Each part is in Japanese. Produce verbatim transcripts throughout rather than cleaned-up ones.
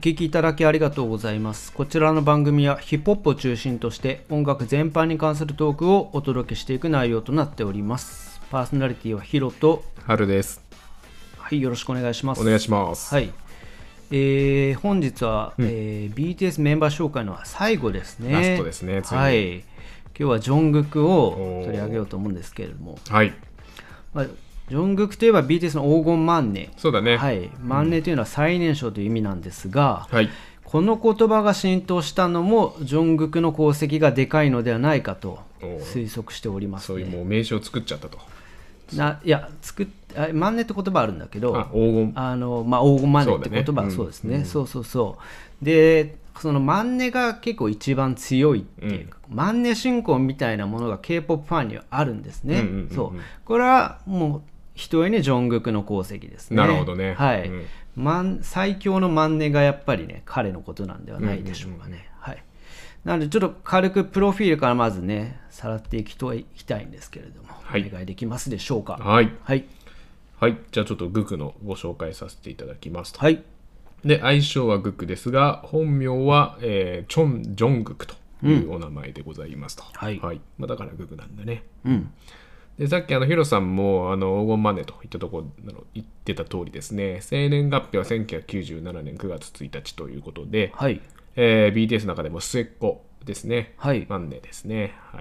聞きいただきありがとうございます。こちらの番組はヒップホップを中心として音楽全般に関するトークをお届けしていく内容となっております。パーソナリティはヒロとハルです。 はい、よろしくお願いします。 お願いします。 はい、えー、本日は、うんえー、ビーティーエス メンバー紹介の最後ですね。 ラストですね。ついにはい、今日はジョングクを取り上げようと思うんですけれども、 はい、 まあジョングクといえば ビーティーエス の黄金万年。 そうだね。 はい、万年というのは最年少という意味なんですが、 はい、 この言葉が浸透したのもジョングクの功績がでかいのではないかと推測しております、ね、 そういうもう名称を作っちゃったと。 ないや作っあ万年って言葉あるんだけど、 あ、黄金あの、まあ、黄金万年って言葉はそうですね、うん、そうそうそうでその万年が結構一番強いっていうか、うん、万年信仰みたいなものが K-ポップ ファンにはあるんですね、うんうんうんうん、そうこれはもうひとえにジョングクの功績ですね。 なるほどね。 はい、うん、最強の万年がやっぱりね彼のことなんではないでしょうかね、うんうんうん、はい、なのでちょっと軽くプロフィールからまずねさらっていきといきたいんですけれども、はい、お願いできますでしょうか。 はいはいはい、じゃあちょっとグクのご紹介させていただきますと。 はい。 で愛称はグクですが本名は、えー、チョン・ジョングクというお名前でございますと、うん、はい、はい、まあ、だからグクなんだね。うん。でさっきあのヒロさんもあの黄金マネーといったところの言ってた通りですね、生年月日はせんきゅうひゃくきゅうじゅうななねんくがつついたちということで、はい、えー、ビーティーエス の中でも末っ子ですね、はい、マンネですね、はい、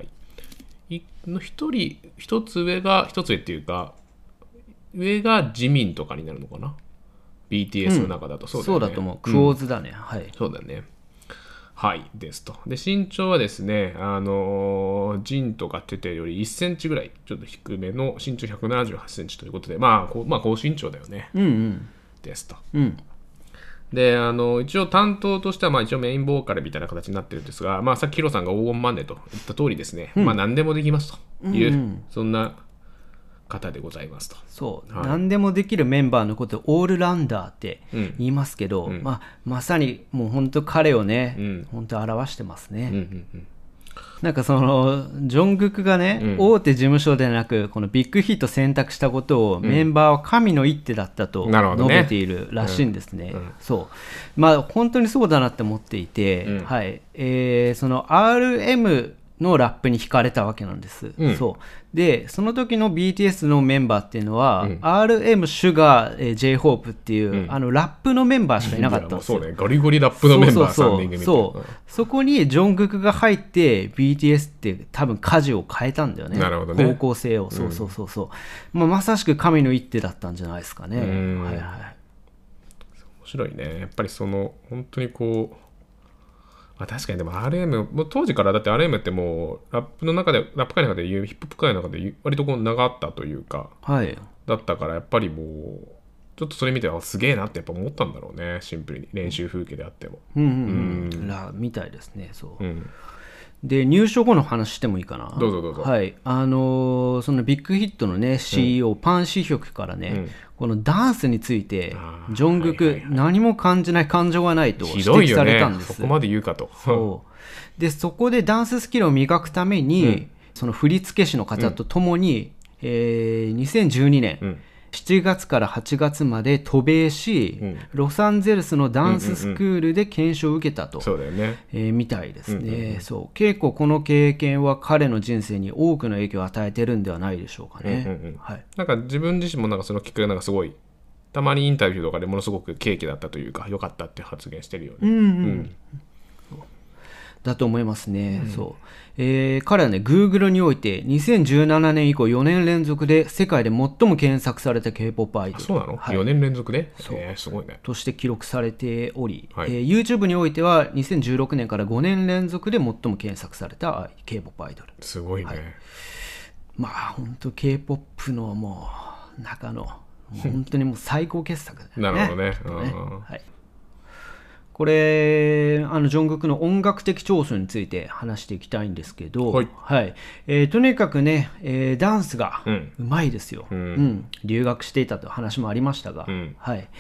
の一人一つ上が一つ上っていうか上がジミンとかになるのかな ビーティーエス の中だと、 うん、そうだよね。そうだと思う、クオーズだね、うん、はい、 そうだね、はいですと。で身長はですね、あのー、ジンとかテテよりいっセンチぐらいちょっと低めの身長ひゃくななじゅうはちセンチということで、まあこう、まあ、高身長だよね、うんうん、ですと、うん、であの一応担当としてはまあ一応メインボーカルみたいな形になってるんですが、まあ、さっきヒロさんが黄金マネーと言った通りですね、うん、まあ何でもできますという、うんうん、そんな方でございますと。 そう、はい、何でもできるメンバーのことをオールラウンダーって言いますけど、うんまあ、まさにもう本当彼をね、うん、本当表してますね、うんうんうん、なんかそのジョングクがね、うん、大手事務所でなくこのビッグヒット選択したことを、うん、メンバーは神の一手だったと述べているらしいんですね、うんうん、そうまあ本当にそうだなって思っていて、うんはいえー、その アールエムのラップに惹かれたわけなんです、うん、そうでその時の ビーティーエス のメンバーっていうのは、うん、アールエム、シュガー、J ホープっていう、うん、あのラップのメンバーしかいなかったんですよ。 そうね、ゴリゴリラップのメンバーさんにん組みたいな。 そうそうそう、そこにジョングクが入って ビーティーエス って多分舵を変えたんだよね。 なるほどね。 方向性を、そうそうそうそう、うんまあ、まさしく神の一手だったんじゃないですかね。はいはい、面白いね。やっぱりその本当にこうまあ、確かにでも アールエム もう当時からだって アールエム ってもうラップの中でラップ界の中でいうヒップホップ界の中で割とこう長かったというか、はい、だったからやっぱりもうちょっとそれ見てはすげえなってやっぱ思ったんだろうね、シンプルに練習風景であっても、うんうんうんうん、らみたいですね。そう、うんで入所後の話してもいいかな。 どうぞどうぞ。 はいあのー、そのビッグヒットのね シーイーオー、うん、パン・シヒョクからね、うん、このダンスについてジョングク、はいはいはい、何も感じない感情がないと指摘されたんです。 ひどいよね、そこまで言うかと。 そうでそこでダンススキルを磨くために、うん、その振付師の方と共に、うんえー、にせんじゅうにねん、うんしちがつからはちがつまで渡米し、うん、ロサンゼルスのダンススクールで研修を受けたと、 そうだよね、 えー、みたいですね、うんうん、そう結構この経験は彼の人生に多くの影響を与えてるんではないでしょうかね、うんうんうんはい、 なんか自分自身もなんかそのきっかけなんかすごいたまにインタビューとかでものすごく契機だったというか良かったって発言してるよね、うんうんうんだと思いますね、うんそうえー、彼はね Google においてにせんじゅうななねん以降よねん連続で世界で最も検索された K-ポップ アイドル。 そうなの、はい、よねん連続で、えー、すごいねとして記録されており、はいえー、YouTube においてはにせんじゅうろくねんからごねん連続で最も検索された K-ポップ アイドル。 すごいね、はい、 まあ本当 K-ポップ のもう中の本当にもう最高傑作だよね。 なるほどね、 うんねはい、これあのジョングクの音楽的長所について話していきたいんですけど、はいはいえー、とにかくね、えー、ダンスがうまいですよ、うんうん、留学していたという話もありましたが、うんはい、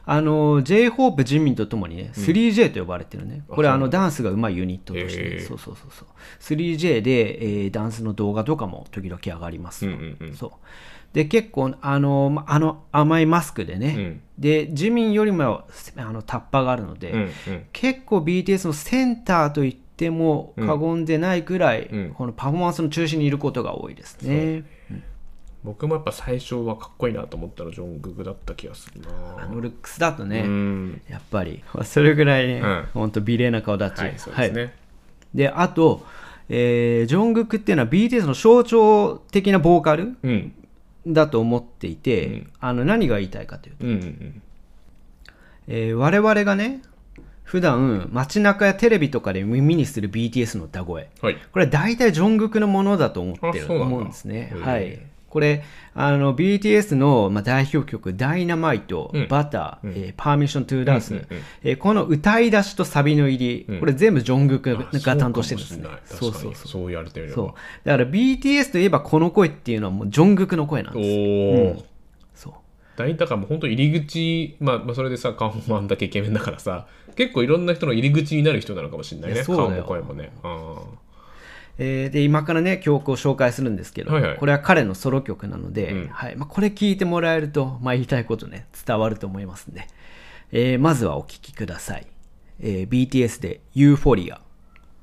あの J-ホープ ジミンとともにね スリージェー と呼ばれてるね、うん、これあのダンスが上手いユニットとして、ね、そうそうそうそう スリージェー で、えー、ダンスの動画とかも時々上がります、うんうんうん、そうで結構あのあの甘いマスクでね、うん、でジミンよりもあのタッパがあるので、うんうん、結構 ビーティーエス のセンターといっても過言でないくらい、うん、このパフォーマンスの中心にいることが多いですね、うん、 僕もやっぱ最初はかっこいいなと思ったらジョングクだった気がするな。 あのルックスだとね、うん、やっぱりそれぐらいね、うん、ほんと美麗な顔立ち、 はいそうですね、はい、 であと、えー、ジョングクっていうのは ビーティーエス の象徴的なボーカル、うんだと思っていて、うん、あの何が言いたいかというと、うんうんうんえー、我々がね普段街中やテレビとかで耳にする ビーティーエス の歌声、はい、これは大体ジョングクのものだと思ってると思うんですね。はい、これあの ビーティーエス の、まあ、代表曲ダイナマイト、うん、バター、うんえー、パーミッショントゥーダンス、うんうんうんえー、この歌い出しとサビの入り、うん、これ全部ジョングクが担当してるんですね。 そうそうそうそうやれてるよ。 そうだから ビーティーエス といえばこの声っていうのはもうジョングクの声なんです。お、うん、 そう大だからもう本当入り口、まあ、まあそれでさ顔もあんだけイケメンだからさ結構いろんな人の入り口になる人なのかもしれないね。顔も声もね。あえー、で今からね曲を紹介するんですけど、はいはい、これは彼のソロ曲なので、うんはいまあ、これ聞いてもらえると、まあ、言いたいことね伝わると思いますんで、えー、まずはお聴きください、えー、ビーティーエス でユーフォリア。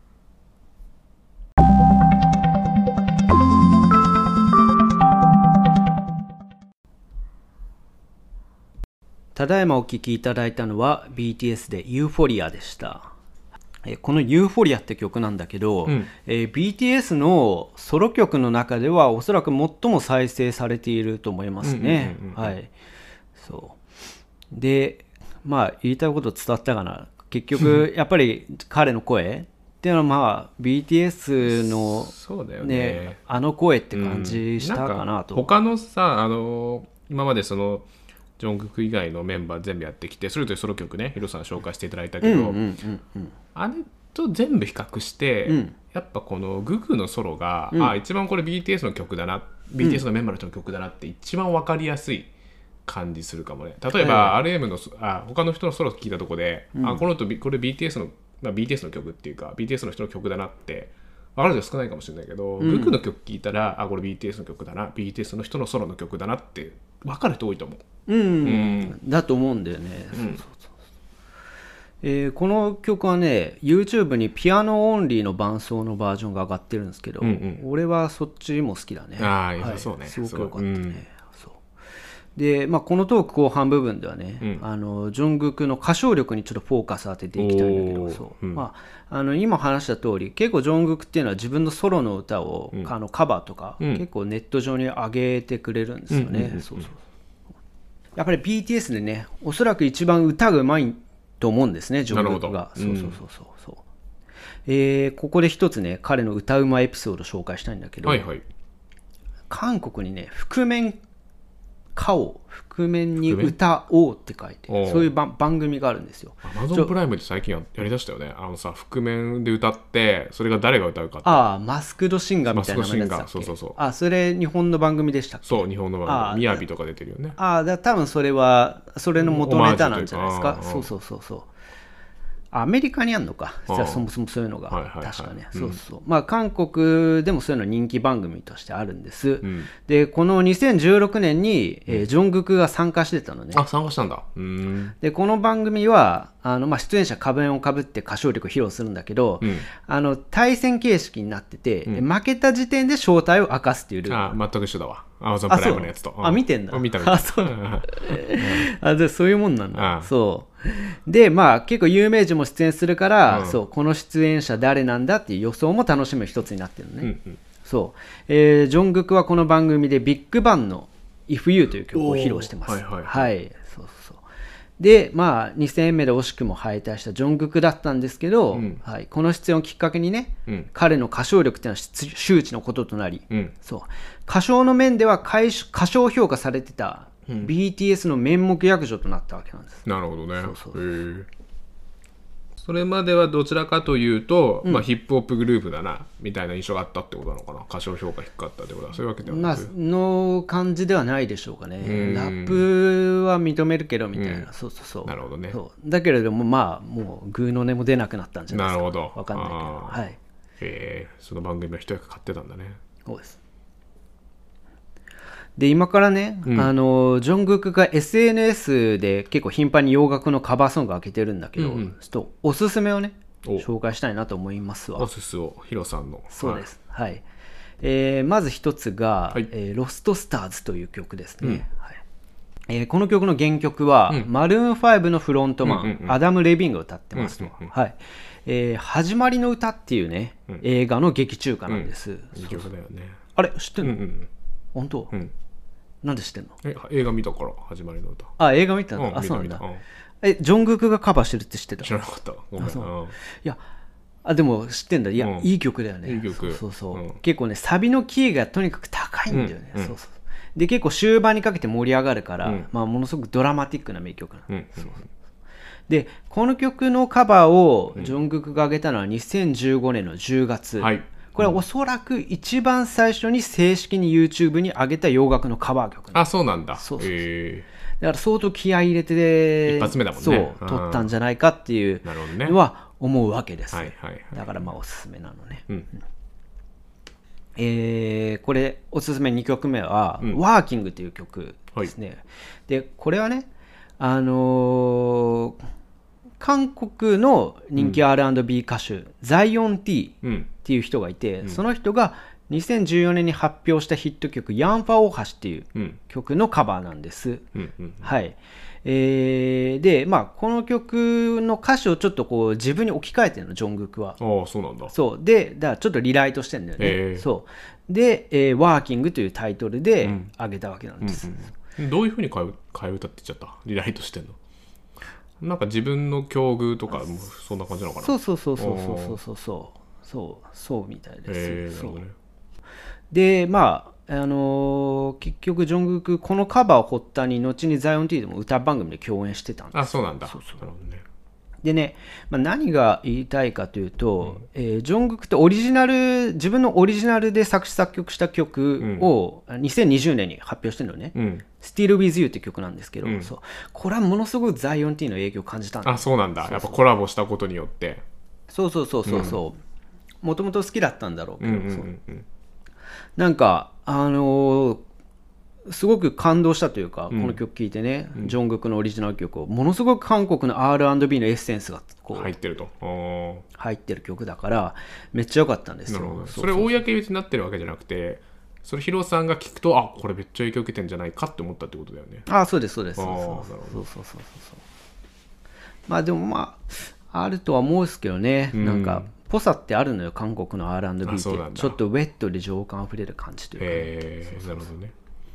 ただいまお聴きいただいたのは ビーティーエス でユーフォリアでした。このユーフォリアって曲なんだけど、うんえー、ビーティーエス のソロ曲の中ではおそらく最も再生されていると思いますね。はい。そうでまあ言いたいこと伝わったかな。結局やっぱり彼の声っていうのはまあ ビーティーエス のそうだよね、ねあの声って感じしたかなと。 うん、他のさあの今までそのジョングク以外のメンバー全部やってきてそれぞれソロ曲ねヒロさん紹介していただいたけど、うんうんうんうん、あれと全部比較して、うん、やっぱこのグクのソロが、うん、あ一番これ ビーティーエス の曲だな、うん、ビーティーエス のメンバーの人の曲だなって一番分かりやすい感じするかもね。例えば アールエム のあ他の人のソロ聞いたとこで、うん、あこの人これ ビーティーエス の、まあ、ビーティーエス の曲っていうか ビーティーエス の人の曲だなって分かる人少ないかもしれないけど、うん、グクの曲聞いたらあこれ ビーティーエス の曲だな ビーティーエス の人のソロの曲だなって分かる人多いと思う。 うん、うん、だと思うんだよね、うん、そうそうそう、えー、この曲はね YouTube にピアノオンリーの伴奏のバージョンが上がってるんですけど、うんうん、俺はそっちも好きだね。 ああ良さそうね、はい、 すごく良かったね、うん、そうで、まあ、このトーク後半部分ではね、うん、あのジョングクの歌唱力にちょっとフォーカス当てていきたいんだけどそう、うんまあ、あの今話した通り結構ジョングクっていうのは自分のソロの歌を、うん、あのカバーとか、うん、結構ネット上に上げてくれるんですよね。そうそうやっぱり ビーティーエス でねおそらく一番歌がうまいと思うんですねジョングクが。そうそうそうそうそう、えー、ここで一つね彼の歌うまエピソード紹介したいんだけど、はいはい、韓国にね覆面歌王覆面に歌おうって書いてそういう番組があるんですよ。 アマゾンプライムで最近 や, やりだしたよね。あのさ覆面で歌ってそれが誰が歌うかって。 ああマスクドシンガーみたいな名前だったっけ。そうそうそう。あそれ日本の番組でしたっけ。 そう日本の番組。みやびとか出てるよね。 ああだ多分それはそれの元ネタなんじゃないですか。そうそうそうそう。アメリカにあるのかじゃあそもそもそういうのが、はいはいはい、確かね、うん、そうそうまあ韓国でもそういうの人気番組としてあるんです、うん、でこのにせんじゅうろくねんに、えー、ジョングクが参加してたのね。 あ参加したんだ。うーんでこの番組はあの、まあ、出演者仮面をかぶって歌唱力を披露するんだけど、うん、あの対戦形式になってて、うん、負けた時点で正体を明かすっていうルール。 あ全く一緒だわアマゾンプライムのやつと。 あ見てんだ。 見た見た。 あそうあでそういうもんなんだ。あそうでまあ結構有名人も出演するから、うん、そうこの出演者誰なんだっていう予想も楽しむ一つになってるのね、うんうん、そう、えー、ジョングクはこの番組でビッグバンの If You という曲を披露してます。はいはい、はい、そうそうでまあに戦目で惜しくも敗退したジョングクだったんですけど、うんはい、この出演をきっかけにね、うん、彼の歌唱力っていうのは周知のこととなり、うん、そう歌唱の面では歌唱評価されてたうん、ビーティーエス の面目躍如となったわけなんです。 なるほどね。そうそうそれまではどちらかというと、うん、まあ、ヒップホップグループだなみたいな印象があったってことなのかな。歌唱評価低かったってことはそういうわけではなく、 まあ、の感じではないでしょうかね。ラップは認めるけどみたいな、うん、そうそうそう。 なるほどね。 そうだけれどもまあもうグーの音も出なくなったんじゃないですか。 なるほど。 わかんないけど、はい。 へえ、その番組は一役買ってたんだね。 そうです。で今からね、うん、あのジョングクが エスエヌエス で結構頻繁に洋楽のカバーソングを開けてるんだけど、うんうん、ちょっとおすすめをね紹介したいなと思いますわ。 おすすをヒロさんの。 そうです、はいはい。えー、まず一つが、はい、えー、ロストスターズという曲ですね、うん、はい。えー、この曲の原曲は、うん、マルーンファイブのフロントマン、うんうんうん、アダム・レビンが歌ってますと、うんうんうん、はい。えー、始まりの歌っていうね、うん、映画の劇中歌なんです、うん、 いい曲だよね。 あれ知ってんの、 うんうん、 本当、うん、なんで知ってんの？ え映画見たから始まりの歌。 あ、映画見たの、うん、あ、そうなんだ、うん、えジョングクがカバーしてるって知ってた？ 知らなかった。ごめん。あ、そう、 うん、いやあでも知ってんだ。いや、うん、いい曲だよね。 いい曲。 そうそうそう、 うん、 結構ねサビのキーがとにかく高いんだよね、うん、そうそう。で結構終盤にかけて盛り上がるから、うん、まあ、ものすごくドラマティックな名曲なの、うん、そうそう。でこの曲のカバーをジョングクが上げたのはにせんじゅうごねんのじゅうがつ、はい、これはおそらく一番最初に正式に YouTube に上げた洋楽のカバー曲。 あ、そうなんだ。 そうそうそう、 えー、だから相当気合い入れて一発目だもんね。 そう撮ったんじゃないかっていうのは思うわけです、 はいはいはい、 だからまあおすすめなのね、 うん、 えー、これおすすめにきょくめは、うん、ワーキングという曲ですね、はい、でこれはねあのー、韓国の人気 アールアンドビー 歌手、うん、ザイオン T っていう人がいて、うん、その人がにせんじゅうよねんに発表したヒット曲ヤンファ大橋っていう曲のカバーなんです、うんうんうん、はい。えー、で、まあ、この曲の歌詞をちょっとこう自分に置き換えてるのジョングクは。 ああ、そうなんだ。 そうでだからちょっとリライトしてるんだよね、えー、そうで、えー、ワーキングというタイトルで上げたわけなんです、うんうんうん、どういうふうに替え歌って言っちゃったリライトしてんの？なんか自分の境遇とかもそんな感じなのかな。 そうそうそうそうそうそうそうそうそうみたいです、 えー、 そうなるほどね。 でまああのー、結局ジョングクこのカバーを発端に後にザイオン T でも歌番組で共演してたんです。 あ、そうなんだ。 そうそう、 なるほどね。 でね、まあ、何が言いたいかというと、うん、えー、ジョングクってオリジナル自分のオリジナルで作詞作曲した曲をにせんにじゅうねんに発表してるのね、うん、Still With You って曲なんですけど、うん、そうこれはものすごくザイオン T の影響を感じたんだ。 あ、そうなんだ。そうそう、やっぱコラボしたことによってそうそうそうそうそうもともと好きだったんだろうけど、 うんうんうんうん、 なんかあのーすごく感動したというか、うん、この曲聴いてね、うん、ジョングクのオリジナル曲をものすごく韓国の アールアンドビー のエッセンスがこう入ってると入ってる曲だからめっちゃ良かったんですよ。 なるほど。それ公になってるわけじゃなくてそれヒロさんが聞くとあこれめっちゃ影響受けてんじゃないかって思ったってことだよね。 あ、そうですそうです。そうそうそうそうそうそう。まあでもまああるとは思うんですけどね、うん、なんかぽさってあるのよ韓国の アールアンドビー ってちょっとウェットで情感あふれる感じというか、ね、 へえ、なるほどね。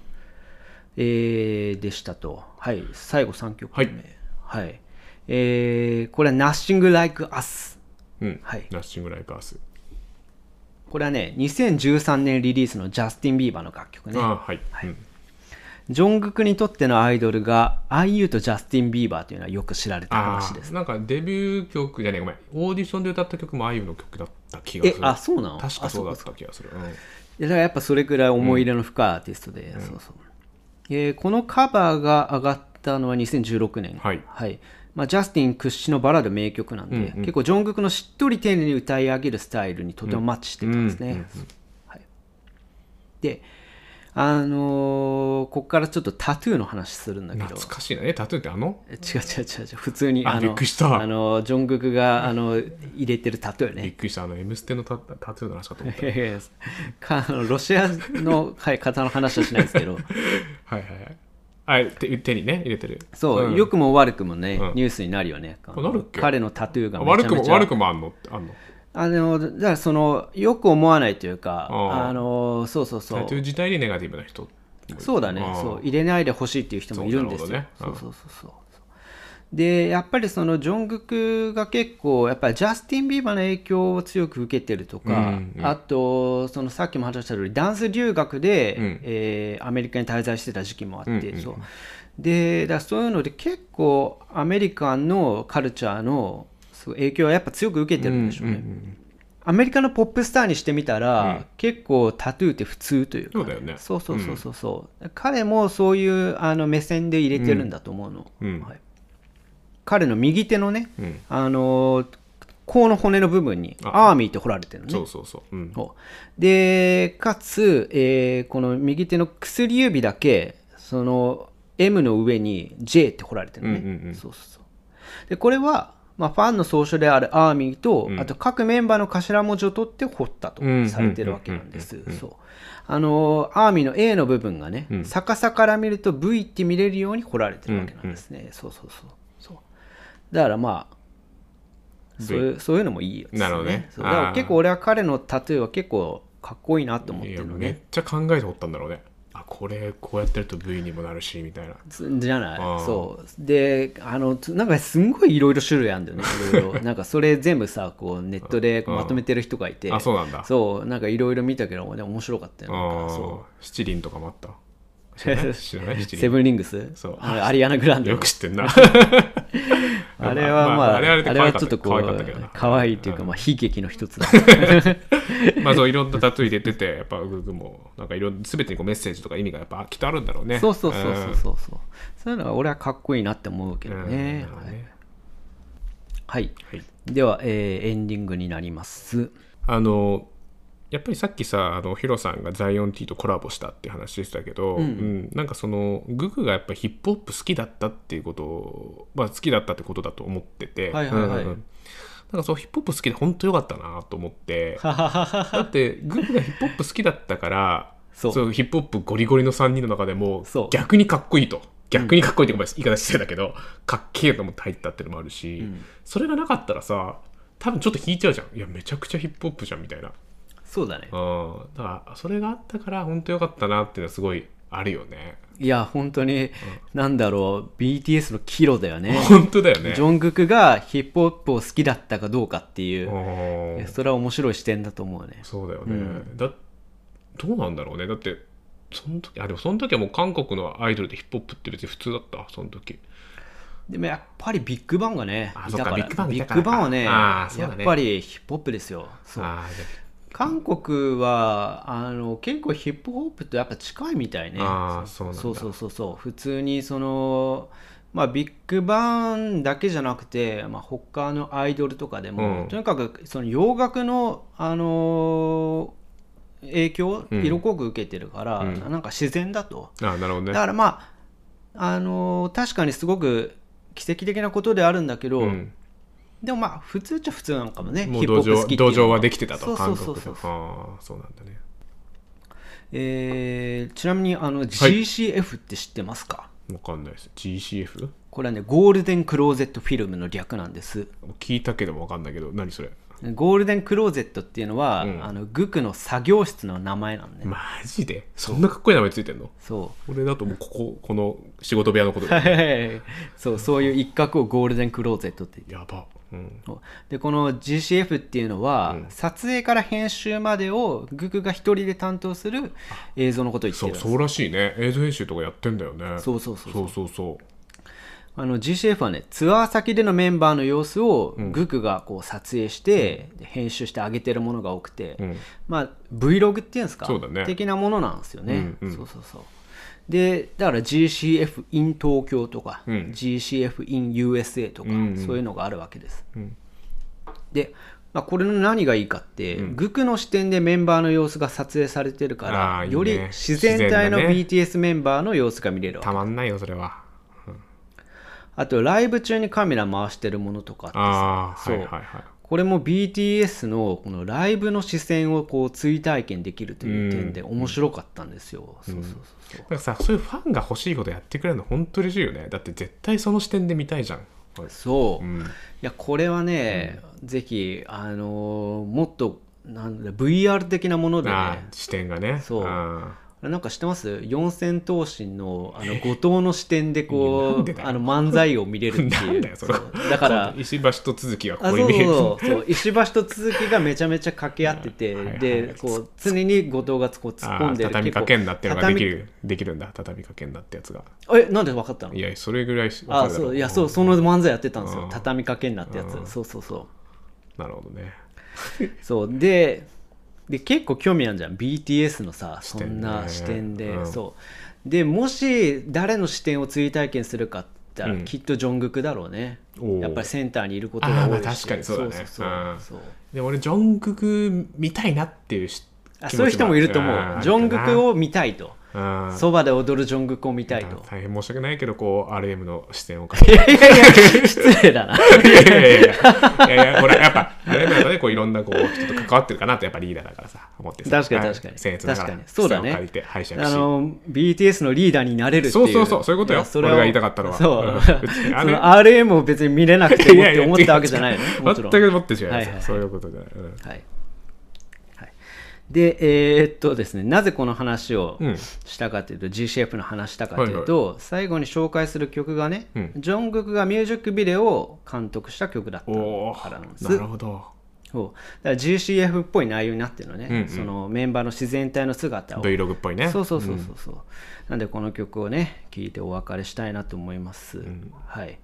えー、でしたと。はい、最後さんきょくめ、 はいはい、えー、これは Nothing Like Us、 うん、 はい、 Nothing Like Us。 これはねにせんじゅうさんねんリリースのジャスティン・ビーバーの楽曲ね。 あ、はいはい、うん、 ジョングクにとってのアイドルが アイユー とジャスティン・ビーバーというのはよく知られた話です。 なんかデビュー曲じゃねえごめんオーディションで歌った曲も アイユー の曲だった気がする。 え、あ、そうなの？ 確かそうだった気がする。うん、 だからやっぱそれくらい思い入れの深いアーティストで、うん、そうそう、えー、このカバーが上がったのはにせんじゅうろくねん、 はいはい、まあ、ジャスティン屈指のバラード名曲なんで、うんうん、結構ジョングクのしっとり丁寧に歌い上げるスタイルにとてもマッチしてたんですね、うんうんうんうん、はい、であのー、ここからちょっとタトゥーの話するんだけど。 懐かしいな。え、タトゥーってあの違う違う違う違う普通にああのびっくりしたあのジョングクがあの入れてるタトゥーね。 びっくりした。あの M ステの タ, タトゥーの話かと思ったかあのロシアの、はい、方の話はしないですけどはいはいはいあ 手, 手にね入れてる。 そう、うん、良くも悪くもね、うん、ニュースになるよね。 なるっけ。 彼のタトゥーがめちゃめちゃ悪くも悪くもあんのってあんのあのだからそのよく思わないというかああのそうそうそうタトゥー自体にネガティブな人。 そうだね、そう入れないでほしいっていう人もいるんですよ。ね、そうそうそうそう。でやっぱりそのジョングクが結構やっぱりジャスティン・ビーバーの影響を強く受けてるとか、うんうん、あとそのさっきも話した通りダンス留学で、うんえー、アメリカに滞在してた時期もあって、うんうん、そうでだそういうので結構アメリカンのカルチャーのそう影響はやっぱ強く受けてるんでしょうね、うんうんうん、アメリカのポップスターにしてみたら、うん、結構タトゥーって普通というか、 そうだよね、 そうそうそうそうそう、うん、彼もそういうあの目線で入れてるんだと思うの、うんはい、彼の右手のね、うん、あの甲の骨の部分にアーミーって彫られてるのね。 そうそうそう、うん、 でかつ、えー、この右手の薬指だけその エム の上に ジェイ って彫られてるのね、うんうんうん、そうそうそうでこれは、まあ、ファンの総称であるアーミーと、うん、あと各メンバーの頭文字を取って彫ったとされてるわけなんです。あのアーミーの A の部分がね、うん、逆さから見ると ブイ って見れるように彫られてるわけなんですね、うんうん、そうそうそうそうだからまあそういう、そういうのもいいよ、ね、 なるほどね。 そうだから結構俺は彼のタトゥーは結構かっこいいなと思ってるのね。 めっちゃ考えて彫ったんだろうね。あこれこうやってると V にもなるしみたいな。 じゃない。そうであのなんかすんごいいろいろ種類あるんだよね。いろいろなんかそれ全部さこうネットでまとめてる人がいて、 あそうなんだ。 そうなんかいろいろ見たけど面白かったよ。なんかそう七輪とかもあった。知らない知らないセブンリングスそうあアリアナグランデよく知ってんなあれはまあ、まあ、あれはちょっとこう可愛いっていうか、まあ、悲劇の一つだまあそういろんなタトゥー入れててやっぱググもなんかいろんな全てにこうメッセージとか意味がやっぱきっとあるんだろうね。 そうそうそうそうそうそう、うん、そういうのは俺はかっこいいなって思うけどね、うん、はい、はい、はい、では、えー、エンディングになります。 あのやっぱりさっきさあのヒロさんがザイオン T とコラボしたっていう話でしたけど、うんうん、なんかそのググがやっぱりヒップホップ好きだったっていうことを、まあ、好きだったってことだと思ってて、はいはいはい、うん、なんかそうヒップホップ好きで本当よかったなと思ってだってググがヒップホップ好きだったからそうそうヒップホップゴリゴリのさんにんの中でも逆にかっこいいと逆にかっこいいって言い方してだけど、うん、かっけえと思って入ったっていうのもあるし、うん、それがなかったらさ多分ちょっと引いちゃうじゃん。いやめちゃくちゃヒップホップじゃんみたいな。 そうだね。 うん、だからそれがあったから本当良かったなっていうのはすごいあるよね。 いや本当に、うん、なんだろう ビーティーエス の岐路だよね。 本当だよね。 ジョングクがヒップホップを好きだったかどうかっていうそれは面白い視点だと思うね。 そうだよね、うん、だどうなんだろうね。だってその時あでもその時はもう韓国のアイドルでヒップホップって別に普通だったその時。 でもやっぱりビッグバンがねあだからビッグバンビッグバンは ね, あねやっぱりヒップホップですよ。そうあ韓国はあの結構ヒップホップとやっぱ近いみたいね。 あそうなんだ。 そうそうそうそう普通にそのまあビッグバンだけじゃなくて、まあ、他のアイドルとかでも、うん、とにかくその洋楽のあのー、影響を色濃く受けてるから、うん、なんか自然だと。 あなるほどね。 だからまああのー、確かにすごく奇跡的なことであるんだけど、うんでもまあ普通っちゃ普通なのかもね。 もう同情同情はできてたと韓国で。ああそうなんだね。 えー、ちなみにあの ジーシーエフ って知ってますか？ わかんないです。ジーシーエフ？ これはねゴールデンクローゼットフィルムの略なんです。 聞いたけどもわかんないけど何それ？ ゴールデンクローゼットっていうのは、うん、あのグクの作業室の名前なんで、ね。 マジで？そんなかっこいい名前ついてんの？ そう。 俺だともうこここの仕事部屋のことで。そうそういう一角をゴールデンクローゼットって言って。 やば。うん、 でこの ジーシーエフ っていうのは、うん、撮影から編集までをグクが一人で担当する映像のことを言ってるんです。 そうそうらしいね。映像編集とかやってんだよね。 そうそうそうそうそうそうあの ジーシーエフ はねツアー先でのメンバーの様子をグクがこう撮影して、うん、編集して上げてるものが多くて、うん、まあ Vlog っていうんですか、 そうだね、 的なものなんですよね、 うんうん、 そうそうそうでだから ジーシーエフ in 東京とか、うん、ジーシーエフ in ユーエスエー とか、うんうん、そういうのがあるわけです、うん、で、まあ、これの何がいいかって、うん、グクの視点でメンバーの様子が撮影されてるからいい、ね、より自然体の ビーティーエス メンバーの様子が見れるわけ、 たまんないよそれは。 あとライブ中にカメラ回してるものとかってさ、 そう、 はいはいはい、 これも ビーティーエス のこのライブの視線をこう追体験できるという点で面白かったんですよ、うん、そうそうそうそう。だからさそういうファンが欲しいことやってくれるの本当嬉しいよね。だって絶対その視点で見たいじゃん。 そう、うん、いやこれはね、うん、ぜひあのー、もっとなんだ ブイアール 的なものでね視点がねそうなんか知ってます？四千頭身のあの後藤の視点でこうあの漫才を見れるっていうなんだよそれだから石橋と都築がこここに見える。 そうそうそう石橋と都築がめちゃめちゃ掛け合ってて、はいはい、でこう常に後藤がこう突っ込んでる。 畳掛けんなっていうのができるできるんだ。畳掛けんなってやつが。 えなんで分かったの？ いやそれぐらい分かるだろう。あそういやそうその漫才やってたんですよ。畳掛けんなってやつ。そうそうそう。 なるほどね。 そうで。で結構興味あるじゃん ビーティーエス のさそんな視点で、うん、そうでもし誰の視点を追体験するかって言ったら、うん、きっとジョングクだろうね。やっぱりセンターにいることが多いし。 あ確かにそうだね。そうそうそうそうで俺ジョングク見たいなっていうあそういう人もいると思う。ジョングクを見たいと。そばで踊るジョングクを見たいと。 大変申し訳ないけどこう アールエム の視点をいやいやいや失礼だな。いやいやいやいやいやいやこれやっぱ アールエム だとねこういろんなこう人と関わってるかなとやっぱリーダーだからさ思ってさ。 確かに確かに。 僭越ながらそうだね。 借りて拝借しあの ビーティーエス のリーダーになれるっていう。 そうそうそうそういうことよ。俺が言いたかったのは。 そう。あの アールエム を別に見れなくてもって思ったわけじゃないの。もちろん。 全く思って違います。そういうことじゃない。 はい。でえー、っとですねなぜこの話をしたかというと、うん、ジーシーエフ の話したかというと、はいはい、最後に紹介する曲がね、うん、ジョングクがミュージックビデオを監督した曲だったからなんです。 なるほど。 そうだから ジーシーエフ っぽい内容になってるのね、うんうん、そのメンバーの自然体の姿を Vlog っぽいね。 そうそうそうそうそう、うん、なんでこの曲をね聴いてお別れしたいなと思います、うん、はい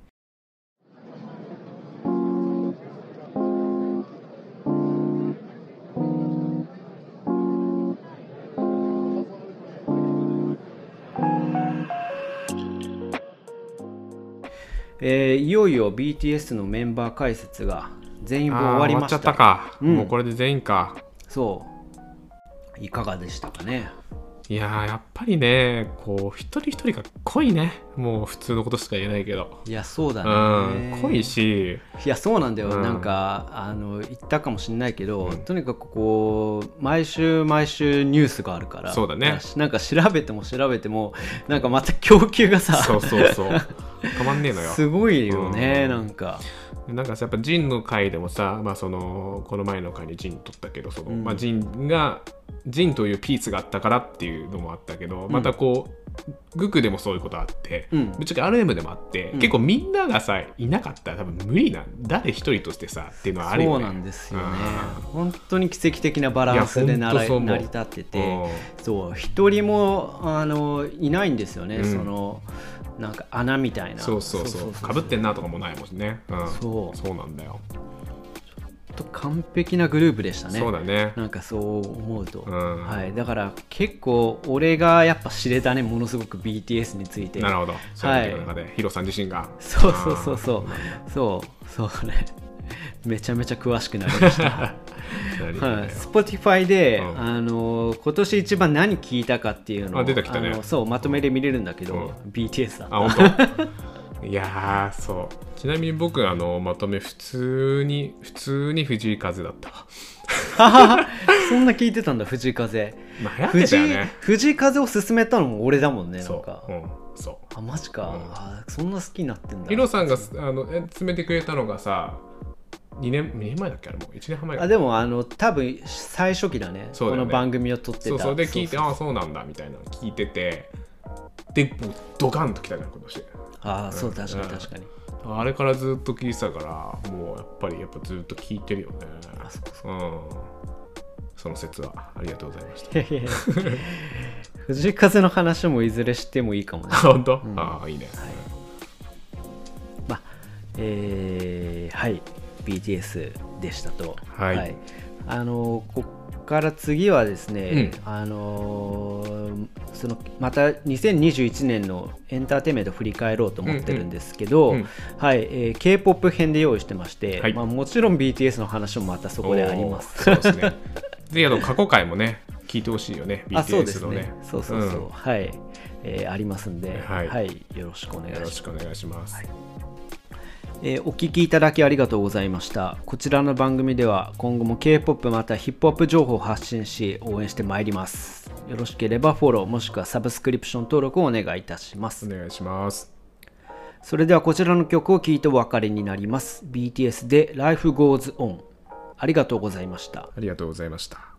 えー、いよいよ ビーティーエス のメンバー解説が全員分終わりました。 終わっちゃったか、うん、もうこれで全員か。 そういかがでしたかね。 いやーやっぱりねこう一人一人が濃いね。もう普通のことしか言えないけど。 いやそうだね、 うん、濃いしいやそうなんだよ、うん、なんかあの言ったかもしれないけど、うん、とにかくこう毎週毎週ニュースがあるから。 そうだね。 なんか調べても調べてもなんかまた供給がさそうそうそうたまんねえのよ。 すごいよね、うん、なんかなんかさやっぱジンの回でもさ、まあ、そのこの前の回にジン取ったけどその、うんまあ、ジンがジンというピースがあったからっていうのもあったけど、うん、またこうグクでもそういうことあって、うん、ぶっちゃけ アールエム でもあって、うん、結構みんながさいなかったら多分無理な誰一人としてさっていうのはあるよね。 そうなんですよね。本当に奇跡的なバランスで成り立ってて、そう一人もあのいないんですよね、うん、そのなんか穴みたいな。 そうそうそうかぶってんなとかもないもんね、うん、そうそうなんだよ。 ちょっと完璧なグループでしたね。 そうだね。 なんかそう思うと、うん、はい、だから結構俺がやっぱ知れたねものすごく ビーティーエス について。 なるほど。そういう中で、はい、ヒロさん自身がそうそうそうそうそうそうねめちゃめちゃ詳しくなりました。はい、Spotify で、うん、あの今年一番何聞いたかっていうのをあ出てきたね。 あのそうまとめで見れるんだけど、うん、ビーティーエス だった。 あ本当いやーそうちなみに僕あのまとめ普通に普通に藤井風だったわ。 そんな聞いてたんだ藤井風。 まあ、流行ってたよね。 藤井、藤井風を勧めたのも俺だもんね。なんかそう、うん、そうあマジか、うん、あそんな好きになってんだ。 ヒロさんがあのえ詰めてくれたのがさにねん、にねんまえだっけあれもういちねんはんまえ。 あでもあの多分最初期だ ね, だねこの番組を撮ってた。 そうそうで聞いてそうそうそうああそうなんだみたいなの聞いててでもうドカンときたじゃん今年。 ああそう確かに確かに、 うん、あれからずっと聞いてたからもうやっぱりやっぱずっと聞いてるよね。 あそうそう、 うん、その説はありがとうございました。 藤井風の話もいずれしてもいいかもね。 本当、うん、ああいいね、はい、 まあえー、はい ビーティーエス でしたと。 はい、はい、 あのここから次はですね、うん、あのそのまたにせんにじゅういちねんのエンターテインメントを振り返ろうと思ってるんですけど、うんうんはいえー、K-ポップ 編で用意してまして、はいまあ、もちろん ビーティーエス の話もまたそこであります。 そうですね。ぜひあの過去回もね聞いてほしいよね ビーティーエス のね。 そうですね。そうそうそう、うん、はい、えー、ありますんで、はいはい、よろしくお願いします。 よろしくお願いします。はいえー、お聞きいただきありがとうございました。こちらの番組では今後も K-ポップ またヒップホップ情報を発信し応援してまいります。よろしければフォローもしくはサブスクリプション登録をお願いいたします。 お願いします。 それではこちらの曲を聴いてお別れになります。 ビーティーエス で Life Goes On。 ありがとうございました。 ありがとうございました。